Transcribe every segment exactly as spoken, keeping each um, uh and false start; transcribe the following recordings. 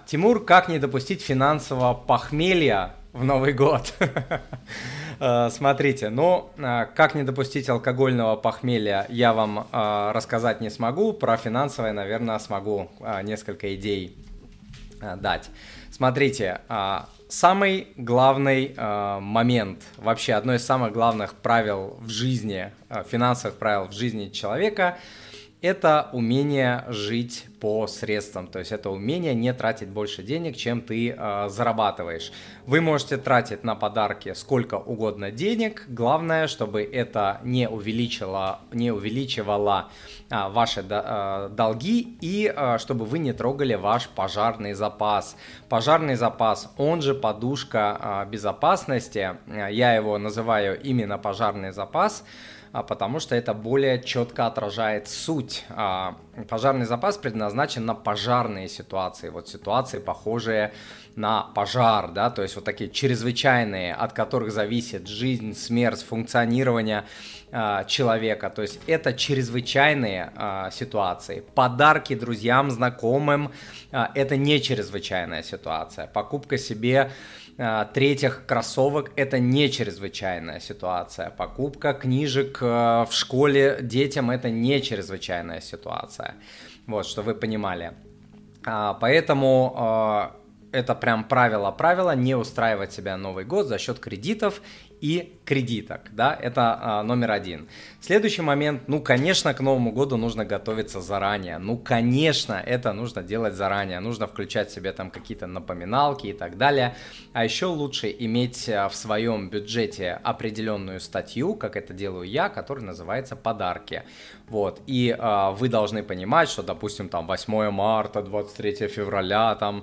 Тимур, как не допустить финансового похмелья в Новый год? Смотрите, ну, как не допустить алкогольного похмелья, я вам рассказать не смогу. Про финансовое, наверное, смогу несколько идей дать. Смотрите, самый главный момент, вообще одно из самых главных правил в жизни, финансовых правил в жизни человека – это умение жить по средствам, то есть это умение не тратить больше денег, чем ты э, зарабатываешь. Вы можете тратить на подарки сколько угодно денег, главное, чтобы это не увеличило, не увеличивало э, ваши до, э, долги и э, чтобы вы не трогали ваш пожарный запас. Пожарный запас, он же подушка э, безопасности, я его называю именно пожарный запас, потому что это более четко отражает суть. Пожарный запас предназначен на пожарные ситуации, вот ситуации, похожие на пожар, да, то есть вот такие чрезвычайные, от которых зависит жизнь, смерть, функционирование человека, то есть это чрезвычайные ситуации. Подарки друзьям, знакомым – это не чрезвычайная ситуация. Покупка себе третьих кроссовок – это не чрезвычайная ситуация. Покупка книжек в школе детям – это не чрезвычайная ситуация. Вот, что вы понимали. Поэтому это прям правило-правило не устраивать себя Новый год за счет кредитов и кредиток, да, это а, номер один. Следующий момент, ну, конечно, к Новому году нужно готовиться заранее, ну, конечно, это нужно делать заранее, нужно включать себе там какие-то напоминалки и так далее, а еще лучше иметь в своем бюджете определенную статью, как это делаю я, которая называется «Подарки», вот, и а, вы должны понимать, что, допустим, там восьмое марта, двадцать третье февраля, там,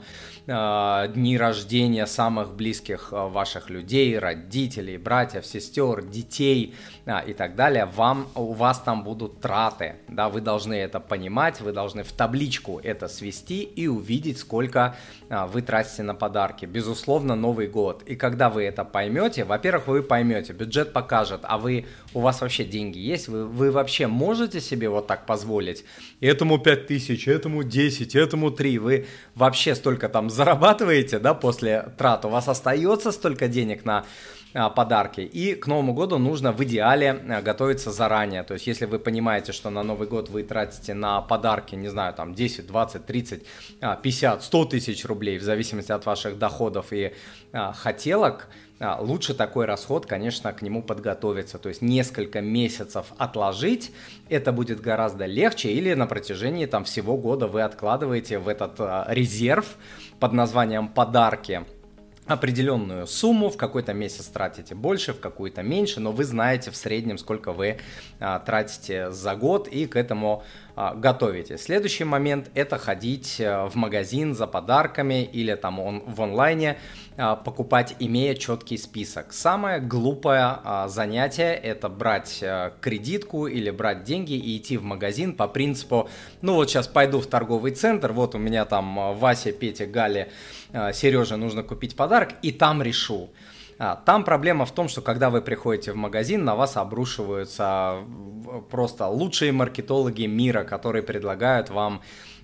а, дни рождения самых близких а, ваших людей, родителей, братьев, сестер, детей а, и так далее, вам, у вас там будут траты, да, вы должны это понимать, вы должны в табличку это свести и увидеть, сколько а, вы тратите на подарки, безусловно, Новый год, и когда вы это поймете, во-первых, вы поймете, бюджет покажет, а вы, у вас вообще деньги есть, вы, вы вообще можете себе вот так позволить, этому пять тысяч, этому десять, этому три, вы вообще столько там зарабатываете, да, после трат, у вас остается столько денег на подарки. И к Новому году нужно в идеале готовиться заранее. То есть, если вы понимаете, что на Новый год вы тратите на подарки, не знаю, там десять, двадцать, тридцать, пятьдесят, сто тысяч рублей, в зависимости от ваших доходов и а, хотелок, а, лучше такой расход, конечно, к нему подготовиться. То есть, несколько месяцев отложить, это будет гораздо легче. Или на протяжении там всего года вы откладываете в этот а, резерв под названием «Подарки» определенную сумму, в какой-то месяц тратите больше, в какой-то меньше, но вы знаете в среднем, сколько вы а, тратите за год и к этому а, готовите. Следующий момент – это ходить в магазин за подарками или там он, в онлайне а, покупать, имея четкий список. Самое глупое а, занятие – это брать а, кредитку или брать деньги и идти в магазин по принципу, ну вот сейчас пойду в торговый центр, вот у меня там Вася, Петя, Галя, Сереже нужно купить подарок, и там решу. Там проблема в том, что когда вы приходите в магазин, на вас обрушиваются просто лучшие маркетологи мира, которые предлагают вам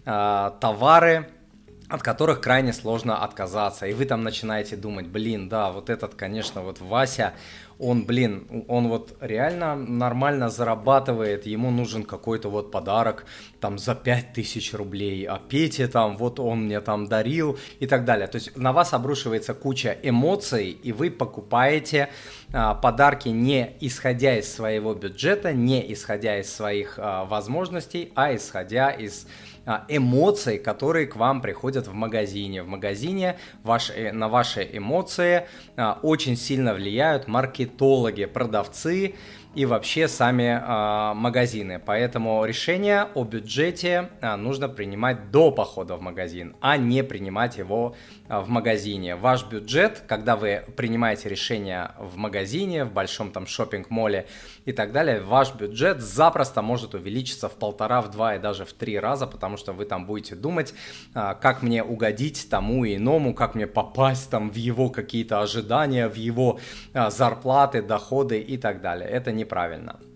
товары, от которых крайне сложно отказаться. И вы там начинаете думать, блин, да, вот этот, конечно, вот Вася, он, блин, он вот реально нормально зарабатывает, ему нужен какой-то вот подарок там за пять тысяч рублей, а Пете там, вот он мне там дарил и так далее. То есть на вас обрушивается куча эмоций, и вы покупаете а, подарки не исходя из своего бюджета, не исходя из своих а, возможностей, а исходя из эмоций, которые к вам приходят в магазине. В магазине ваш, на ваши эмоции а, очень сильно влияют маркетологи, продавцы и вообще сами а, магазины. Поэтому решение о бюджете а, нужно принимать до похода в магазин, а не принимать его а, в магазине. Ваш бюджет, когда вы принимаете решение в магазине, в большом там шопинг-моле и так далее, ваш бюджет запросто может увеличиться в полтора, в два и даже в три раза, потому что вы там будете думать, а, как мне угодить тому и иному, как мне попасть там в его какие-то ожидания, в его а, зарплаты, доходы и так далее. Это неправильно.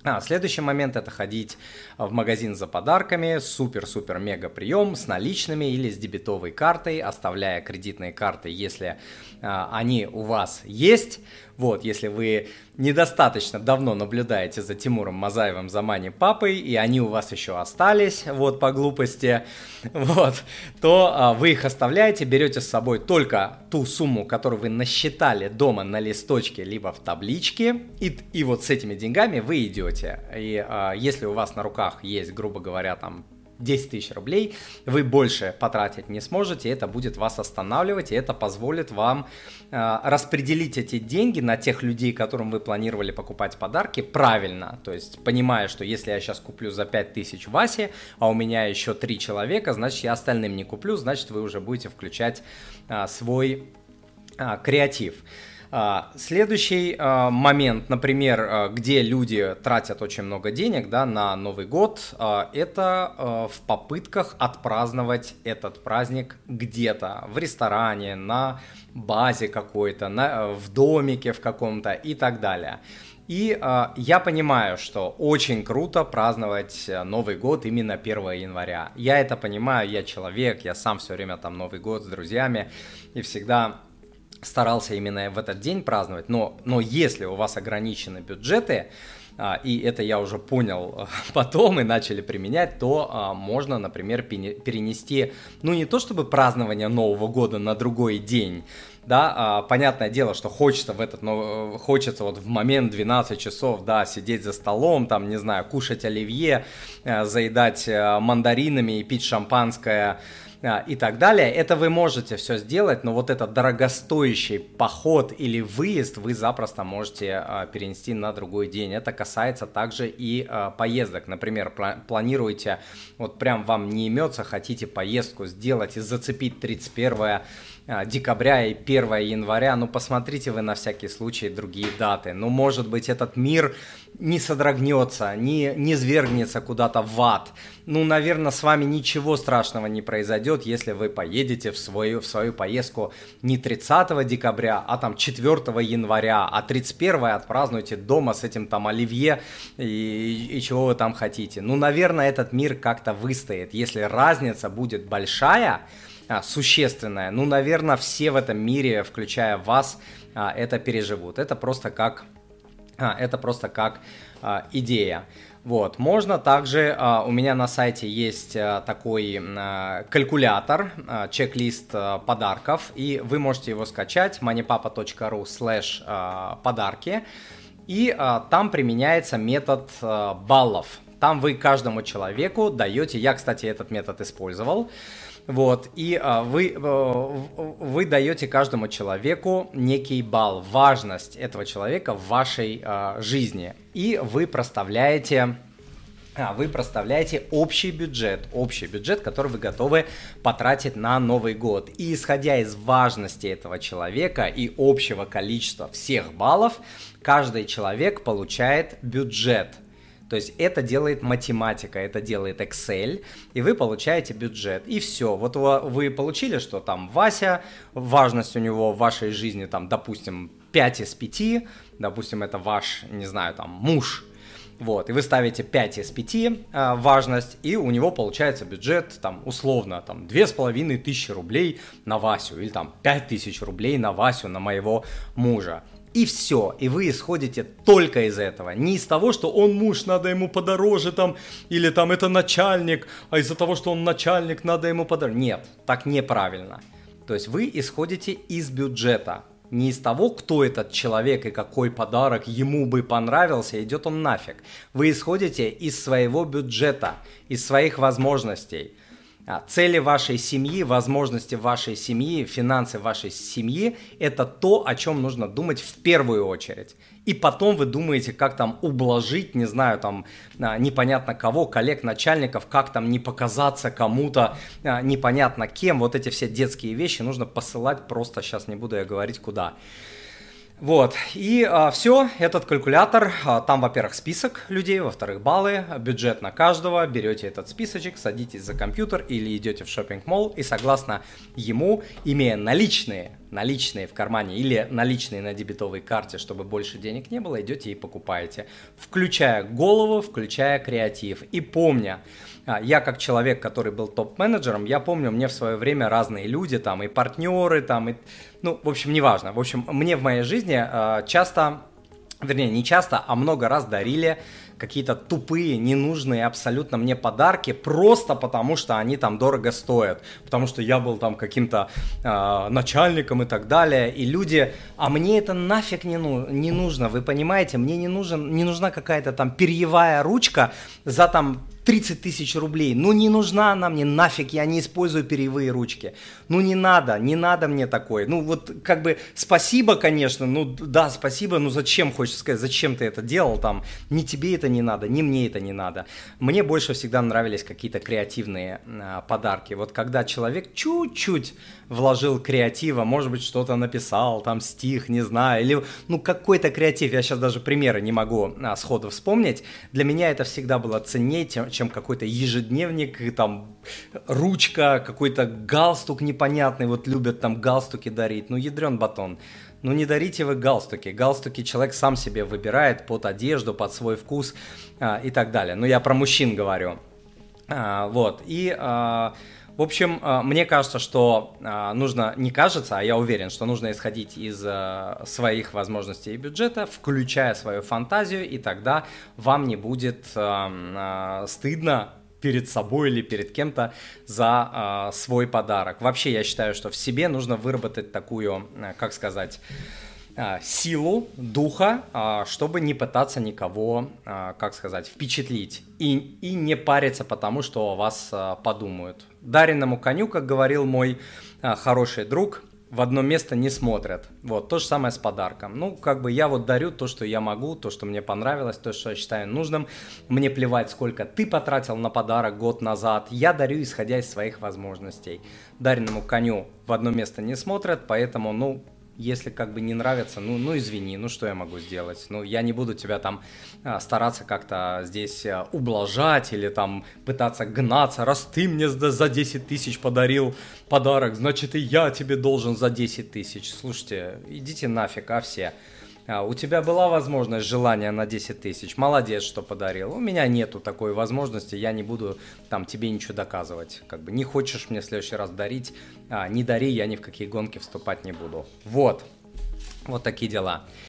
А, следующий момент — это ходить в магазин за подарками, супер-супер-мега прием с наличными или с дебетовой картой, оставляя кредитные карты, если а, они у вас есть. Вот, если вы недостаточно давно наблюдаете за Тимуром Мазаевым, за Мани Папой, и они у вас еще остались, вот, по глупости, вот, то а, вы их оставляете, берете с собой только ту сумму, которую вы насчитали дома на листочке, либо в табличке, и, и вот с этими деньгами вы идете. И а, если у вас на руках есть, грубо говоря, там, десять тысяч рублей, вы больше потратить не сможете, это будет вас останавливать, и это позволит вам э, распределить эти деньги на тех людей, которым вы планировали покупать подарки, правильно, то есть понимая, что если я сейчас куплю за пять тысяч Васе, а у меня еще три человека, значит я остальным не куплю, значит вы уже будете включать э, свой э, креатив. Следующий э, момент, например, э, где люди тратят очень много денег, да, на Новый год, э, это э, в попытках отпраздновать этот праздник где-то в ресторане, на базе какой-то, на, в домике в каком-то и так далее. И э, я понимаю, что очень круто праздновать Новый год именно первого января. Я это понимаю, я человек, я сам все время там Новый год с друзьями и всегда старался именно в этот день праздновать, но, но если у вас ограничены бюджеты, а, и это я уже понял потом и начали применять, то а, можно, например, перенести, ну не то чтобы празднование Нового года на другой день, да, а, понятное дело, что хочется в этот, но хочется вот в момент двенадцать часов, да, сидеть за столом, там, не знаю, кушать оливье, а, заедать а, мандаринами и пить шампанское, и так далее, это вы можете все сделать, но вот этот дорогостоящий поход или выезд вы запросто можете а, перенести на другой день. Это касается также и а, поездок. Например, пла- планируете, вот прям вам не имется, хотите поездку сделать и зацепить тридцать первое декабря и первого января, ну посмотрите вы на всякий случай другие даты. Ну, может быть, этот мир не содрогнется, не, не свергнется куда-то в ад. Ну, наверное, с вами ничего страшного не произойдет, если вы поедете в свою, в свою поездку не тридцатого декабря, а там четвёртого января, а тридцать первого отпразднуйте дома с этим там оливье и, и чего вы там хотите. Ну, наверное, этот мир как-то выстоит. Если разница будет большая, А, существенное, ну, наверное, все в этом мире, включая вас, а, это переживут. Это просто как, а, это просто как а, идея. Вот. Можно также, а, у меня на сайте есть а, такой а, калькулятор, а, чек-лист а, подарков, и вы можете его скачать, moneypapa точка ру слэш подарки, и а, там применяется метод а, баллов. Там вы каждому человеку даете, я, кстати, этот метод использовал, вот, и а, вы, вы даете каждому человеку некий балл, важность этого человека в вашей а, жизни, и вы проставляете, а, вы проставляете общий бюджет, общий бюджет, который вы готовы потратить на Новый год, и исходя из важности этого человека и общего количества всех баллов, каждый человек получает бюджет. То есть это делает математика, это делает Excel, и вы получаете бюджет. И все. Вот вы получили, что там Вася, важность у него в вашей жизни, там, допустим, пять из пяти, допустим, это ваш, не знаю, там, муж. Вот, и вы ставите пять из пяти э, важность, и у него получается бюджет, там, условно, там, две с половиной тысячи рублей на Васю, или там пять тысяч рублей на Васю, на моего мужа. И все, и вы исходите только из этого, не из того, что он муж, надо ему подороже там, или там это начальник, а из-за того, что он начальник, надо ему подороже. Нет, так неправильно. То есть вы исходите из бюджета, не из того, кто этот человек и какой подарок ему бы понравился, идет он нафиг. Вы исходите из своего бюджета, из своих возможностей. Цели вашей семьи, возможности вашей семьи, финансы вашей семьи – это то, о чем нужно думать в первую очередь. И потом вы думаете, как там ублажить, не знаю, там непонятно кого, коллег, начальников, как там не показаться кому-то, непонятно кем. Вот эти все детские вещи нужно посылать просто, сейчас не буду я говорить куда. Вот, и а, все, этот калькулятор, а, там, во-первых, список людей, во-вторых, баллы, бюджет на каждого, берете этот списочек, садитесь за компьютер или идете в шоппинг-молл и согласно ему, имея наличные, наличные в кармане или наличные на дебетовой карте, чтобы больше денег не было, идете и покупаете, включая голову, включая креатив. И помня, я как человек, который был топ-менеджером, я помню, мне в свое время разные люди, там и партнеры, там и, ну, в общем, неважно. В общем, мне в моей жизни часто, вернее, не часто, а много раз дарили какие-то тупые, ненужные абсолютно мне подарки, просто потому что они там дорого стоят, потому что я был там каким-то э, начальником и так далее, и люди, а мне это нафиг не, ну, не нужно, вы понимаете, мне не, нужен, не нужна какая-то там перьевая ручка за там тридцать тысяч рублей, ну не нужна она мне, нафиг, я не использую перьевые ручки, ну не надо, не надо мне такой, ну вот как бы спасибо, конечно, ну да, спасибо, ну зачем, хочешь сказать, зачем ты это делал там, ни тебе это не надо, ни мне это не надо. Мне больше всегда нравились какие-то креативные а, подарки, вот когда человек чуть-чуть вложил креатива, может быть что-то написал, там стих, не знаю, или ну какой-то креатив, я сейчас даже примеры не могу а, сходу вспомнить, для меня это всегда было ценнее, тем, чем какой-то ежедневник, там, ручка, какой-то галстук непонятный, вот любят там галстуки дарить, ну, ядрен батон. Ну, не дарите вы галстуки, галстуки человек сам себе выбирает под одежду, под свой вкус а, и так далее. Ну, я про мужчин говорю. А, вот, и... А, в общем, мне кажется, что нужно, не кажется, а я уверен, что нужно исходить из своих возможностей и бюджета, включая свою фантазию, и тогда вам не будет стыдно перед собой или перед кем-то за свой подарок. Вообще, я считаю, что в себе нужно выработать такую, как сказать, силу духа, чтобы не пытаться никого, как сказать, впечатлить и, и не париться потому, что о вас подумают. Дареному коню, как говорил мой хороший друг, в одно место не смотрят. Вот, то же самое с подарком. Ну, как бы я вот дарю то, что я могу, то, что мне понравилось, то, что я считаю нужным. Мне плевать, сколько ты потратил на подарок год назад. Я дарю, исходя из своих возможностей. Дареному коню в одно место не смотрят, поэтому, ну, если как бы не нравится, ну, ну извини, ну что я могу сделать? Ну я не буду тебя там а, стараться как-то здесь а, ублажать или там пытаться гнаться, раз ты мне за, за десять тысяч подарил подарок, значит и я тебе должен за десять тысяч. Слушайте, идите нафиг, а все. А, у тебя была возможность, желание на десять тысяч, молодец, что подарил. У меня нету такой возможности, я не буду там тебе ничего доказывать. Как бы не хочешь мне в следующий раз дарить, а, не дари, я ни в какие гонки вступать не буду. Вот, вот такие дела.